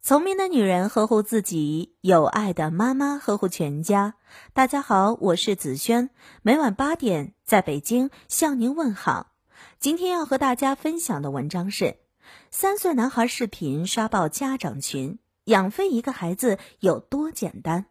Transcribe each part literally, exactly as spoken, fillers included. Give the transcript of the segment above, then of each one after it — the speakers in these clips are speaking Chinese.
聪明的女人呵护自己，有爱的妈妈呵护全家。大家好，我是子轩，每晚八点在北京向您问好。今天要和大家分享的文章是：三岁男孩视频刷爆家长群，养飞一个孩子有多简单？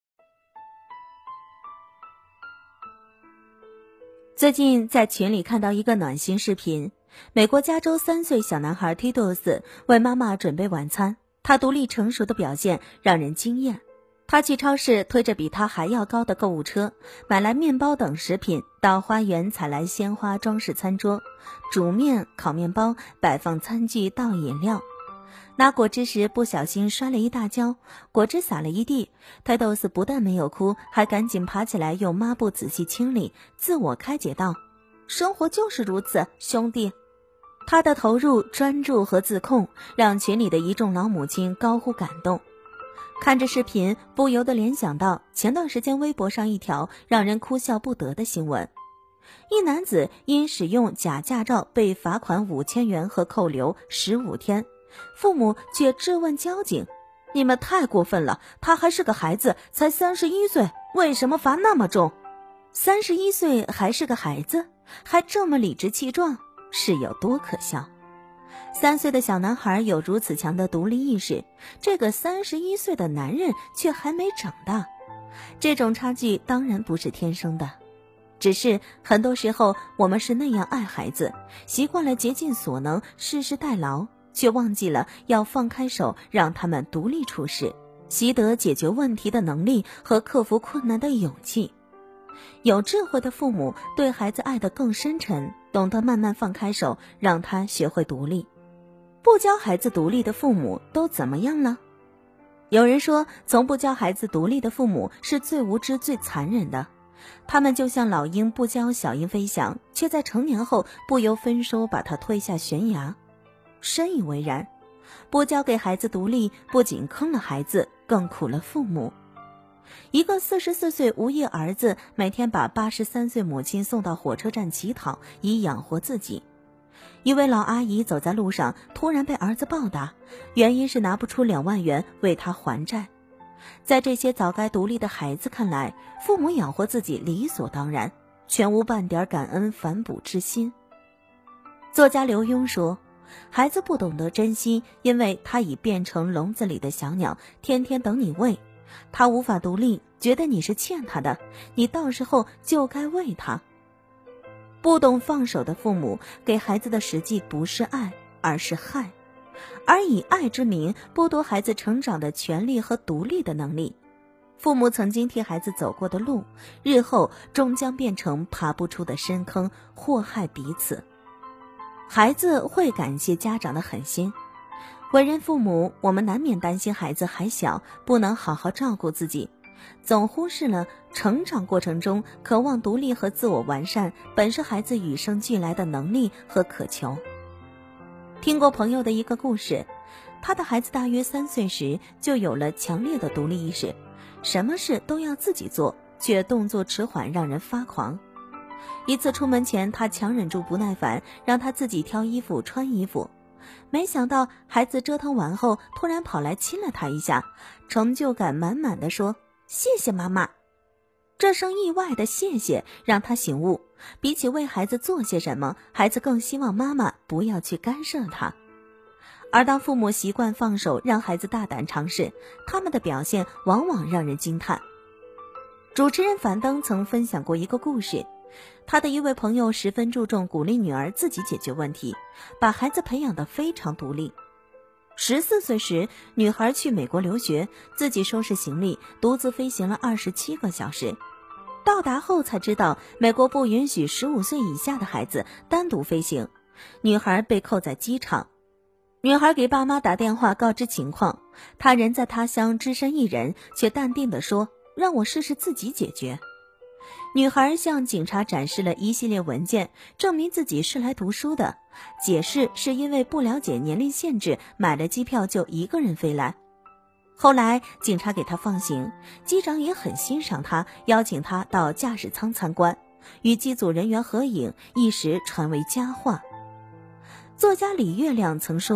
最近在群里看到一个暖心视频，美国加州三岁小男孩 Titus 为妈妈准备晚餐。他独立成熟的表现让人惊艳。他去超市推着比他还要高的购物车，买来面包等食品，到花园采来鲜花装饰餐桌，煮面、烤面包，摆放餐具，倒饮料。拿果汁时不小心摔了一大跤，果汁洒了一地。泰斗斯不但没有哭，还赶紧爬起来用抹布仔细清理，自我开解道：生活就是如此，兄弟。他的投入、专注和自控让群里的一众老母亲高呼感动。看着视频，不由得联想到前段时间微博上一条让人哭笑不得的新闻：一男子因使用假驾照被罚款五千元和扣留十五天，父母却质问交警：你们太过分了，他还是个孩子，才三十一岁，为什么罚那么重？三十一岁还是个孩子，还这么理直气壮，是有多可笑？三岁的小男孩有如此强的独立意识，这个三十一岁的男人却还没长大。这种差距当然不是天生的，只是很多时候我们是那样爱孩子，习惯了竭尽所能，事事代劳，却忘记了要放开手，让他们独立处事，习得解决问题的能力和克服困难的勇气。有智慧的父母对孩子爱得更深沉，懂得慢慢放开手，让他学会独立。不教孩子独立的父母都怎么样了？有人说，从不教孩子独立的父母是最无知最残忍的。他们就像老鹰不教小鹰飞翔，却在成年后不由分说把他推下悬崖。深以为然，不教给孩子独立，不仅坑了孩子，更苦了父母。一个四十四岁无业儿子每天把八十三岁母亲送到火车站乞讨，以养活自己。一位老阿姨走在路上，突然被儿子暴打，原因是拿不出两万元为他还债。在这些早该独立的孩子看来，父母养活自己理所当然，全无半点感恩反哺之心。作家刘墉说，孩子不懂得珍惜，因为他已变成笼子里的小鸟，天天等你喂。他无法独立，觉得你是欠他的，你到时候就该喂他。不懂放手的父母给孩子的实际不是爱，而是害，而以爱之名剥夺孩子成长的权利和独立的能力。父母曾经替孩子走过的路，日后终将变成爬不出的深坑，祸害彼此。孩子会感谢家长的狠心。为人父母，我们难免担心孩子还小，不能好好照顾自己，总忽视了成长过程中渴望独立和自我完善本是孩子与生俱来的能力和渴求。听过朋友的一个故事，他的孩子大约三岁时就有了强烈的独立意识，什么事都要自己做，却动作迟缓，让人发狂。一次出门前，他强忍住不耐烦，让他自己挑衣服穿衣服。没想到孩子折腾完后，突然跑来亲了他一下，成就感满满的说：谢谢妈妈。这声意外的谢谢让他醒悟，比起为孩子做些什么，孩子更希望妈妈不要去干涉他。而当父母习惯放手，让孩子大胆尝试，他们的表现往往让人惊叹。主持人樊登曾分享过一个故事，他的一位朋友十分注重鼓励女儿自己解决问题，把孩子培养得非常独立。十四岁时，女孩去美国留学，自己收拾行李，独自飞行了二十七个小时。到达后才知道，美国不允许十五岁以下的孩子单独飞行，女孩被扣在机场。女孩给爸妈打电话告知情况，她人在他乡，只身一人，却淡定地说：让我试试自己解决。女孩向警察展示了一系列文件，证明自己是来读书的，解释是因为不了解年龄限制，买了机票就一个人飞来。后来警察给她放行，机长也很欣赏她，邀请她到驾驶舱参观，与机组人员合影，一时传为佳话。作家李月亮曾说，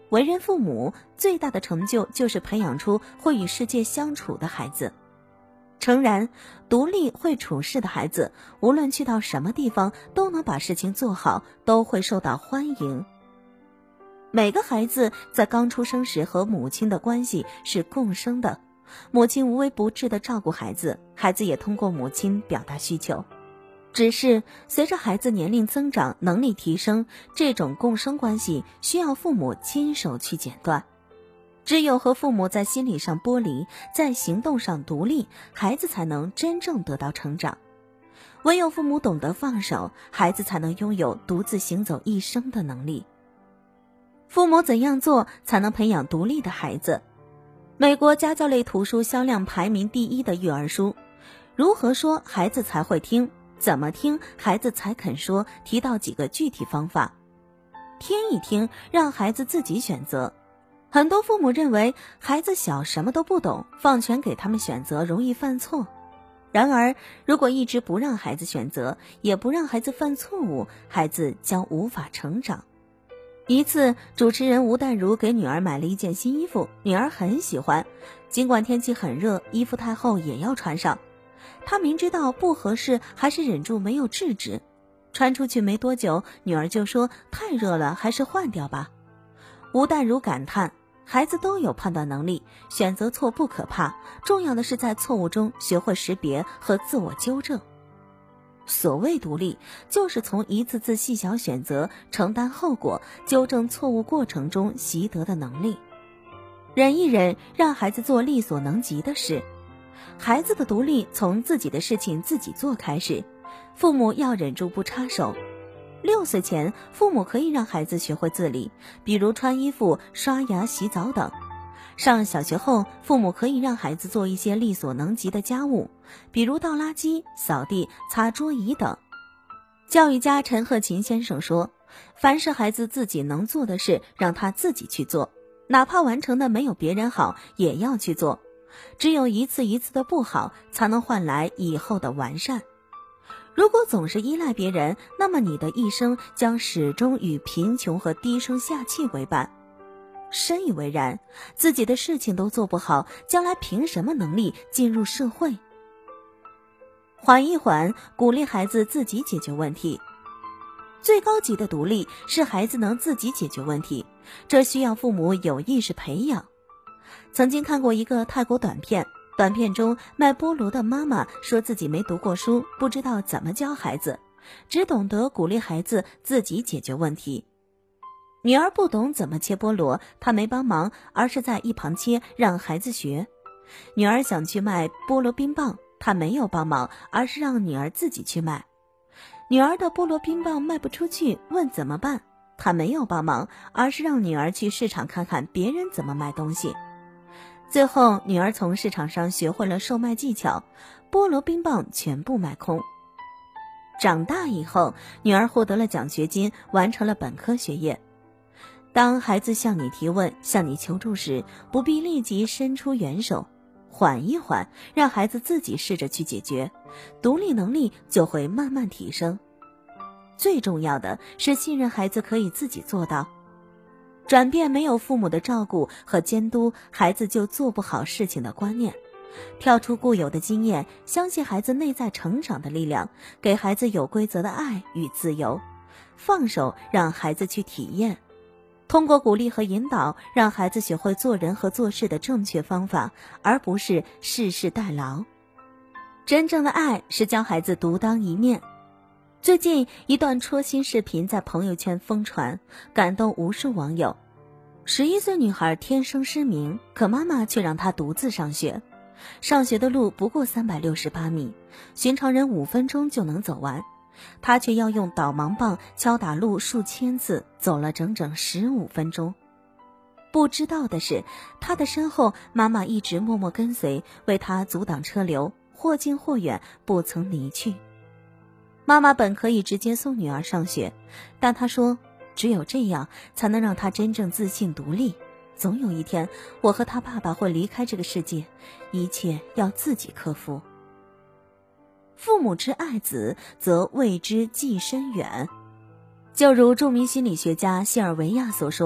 为人父母最大的成就就是培养出会与世界相处的孩子。诚然，独立会处事的孩子，无论去到什么地方都能把事情做好，都会受到欢迎。每个孩子在刚出生时和母亲的关系是共生的，母亲无微不至地照顾孩子，孩子也通过母亲表达需求。只是随着孩子年龄增长，能力提升，这种共生关系需要父母亲手去剪断。只有和父母在心理上剥离，在行动上独立，孩子才能真正得到成长。唯有父母懂得放手，孩子才能拥有独自行走一生的能力。父母怎样做才能培养独立的孩子？美国家教类图书销量排名第一的育儿书《如何说孩子才会听，怎么听孩子才肯说》提到几个具体方法。听一听，让孩子自己选择。很多父母认为孩子小，什么都不懂，放权给他们选择，容易犯错。然而，如果一直不让孩子选择，也不让孩子犯错误，孩子将无法成长。一次，主持人吴淡如给女儿买了一件新衣服，女儿很喜欢，尽管天气很热，衣服太厚也要穿上。她明知道不合适，还是忍住没有制止。穿出去没多久，女儿就说太热了，还是换掉吧。吴淡如感叹，孩子都有判断能力，选择错不可怕，重要的是在错误中学会识别和自我纠正。所谓独立，就是从一次次细小选择、承担后果、纠正错误过程中习得的能力。忍一忍，让孩子做力所能及的事。孩子的独立从自己的事情自己做开始，父母要忍住不插手。六岁前，父母可以让孩子学会自理，比如穿衣服、刷牙、洗澡等。上小学后，父母可以让孩子做一些力所能及的家务，比如倒垃圾、扫地、擦桌椅等。教育家陈鹤琴先生说，凡是孩子自己能做的事，让他自己去做，哪怕完成的没有别人好，也要去做。只有一次一次的不好，才能换来以后的完善。如果总是依赖别人，那么你的一生将始终与贫穷和低声下气为伴。深以为然，自己的事情都做不好，将来凭什么能力进入社会？缓一缓，鼓励孩子自己解决问题。最高级的独立是孩子能自己解决问题，这需要父母有意识培养。曾经看过一个泰国短片，短片中卖菠萝的妈妈说自己没读过书，不知道怎么教孩子，只懂得鼓励孩子自己解决问题。女儿不懂怎么切菠萝，她没帮忙，而是在一旁切，让孩子学。女儿想去卖菠萝冰棒，她没有帮忙，而是让女儿自己去卖。女儿的菠萝冰棒卖不出去，问怎么办，她没有帮忙，而是让女儿去市场看看别人怎么卖东西。最后，女儿从市场上学会了售卖技巧，菠萝冰棒全部卖空。长大以后，女儿获得了奖学金，完成了本科学业。当孩子向你提问、向你求助时，不必立即伸出援手，缓一缓，让孩子自己试着去解决，独立能力就会慢慢提升。最重要的是信任孩子可以自己做到。转变没有父母的照顾和监督，孩子就做不好事情的观念。跳出固有的经验，相信孩子内在成长的力量，给孩子有规则的爱与自由，放手让孩子去体验。通过鼓励和引导，让孩子学会做人和做事的正确方法，而不是事事代劳。真正的爱是教孩子独当一面。最近一段戳心视频在朋友圈疯传，感动无数网友。十一岁女孩天生失明，可妈妈却让她独自上学。上学的路不过三百六十八米，寻常人五分钟就能走完，她却要用导盲棒敲打路数千次，走了整整十五分钟。不知道的是，她的身后妈妈一直默默跟随，为她阻挡车流，或近或远，不曾离去。妈妈本可以直接送女儿上学，但她说，只有这样才能让她真正自信独立。总有一天，我和她爸爸会离开这个世界，一切要自己克服。父母之爱子，则为之计深远。就如著名心理学家西尔维亚所说，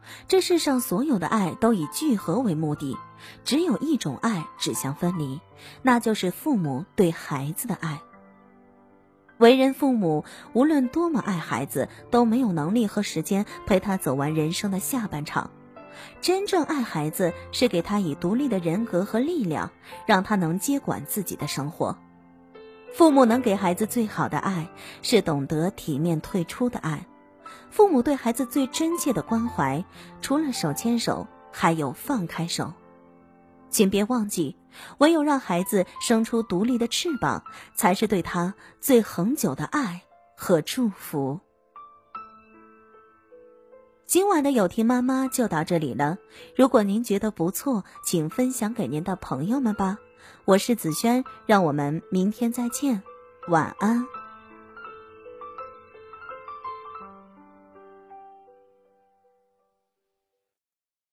这世上所有的爱都以聚合为目的，只有一种爱指向分离，那就是父母对孩子的爱。为人父母，无论多么爱孩子，都没有能力和时间陪他走完人生的下半场。真正爱孩子，是给他以独立的人格和力量，让他能接管自己的生活。父母能给孩子最好的爱，是懂得体面退出的爱。父母对孩子最真切的关怀，除了手牵手，还有放开手。请别忘记，唯有让孩子生出独立的翅膀，才是对他最恒久的爱和祝福。今晚的有听妈妈就到这里了，如果您觉得不错，请分享给您的朋友们吧。我是子轩，让我们明天再见，晚安。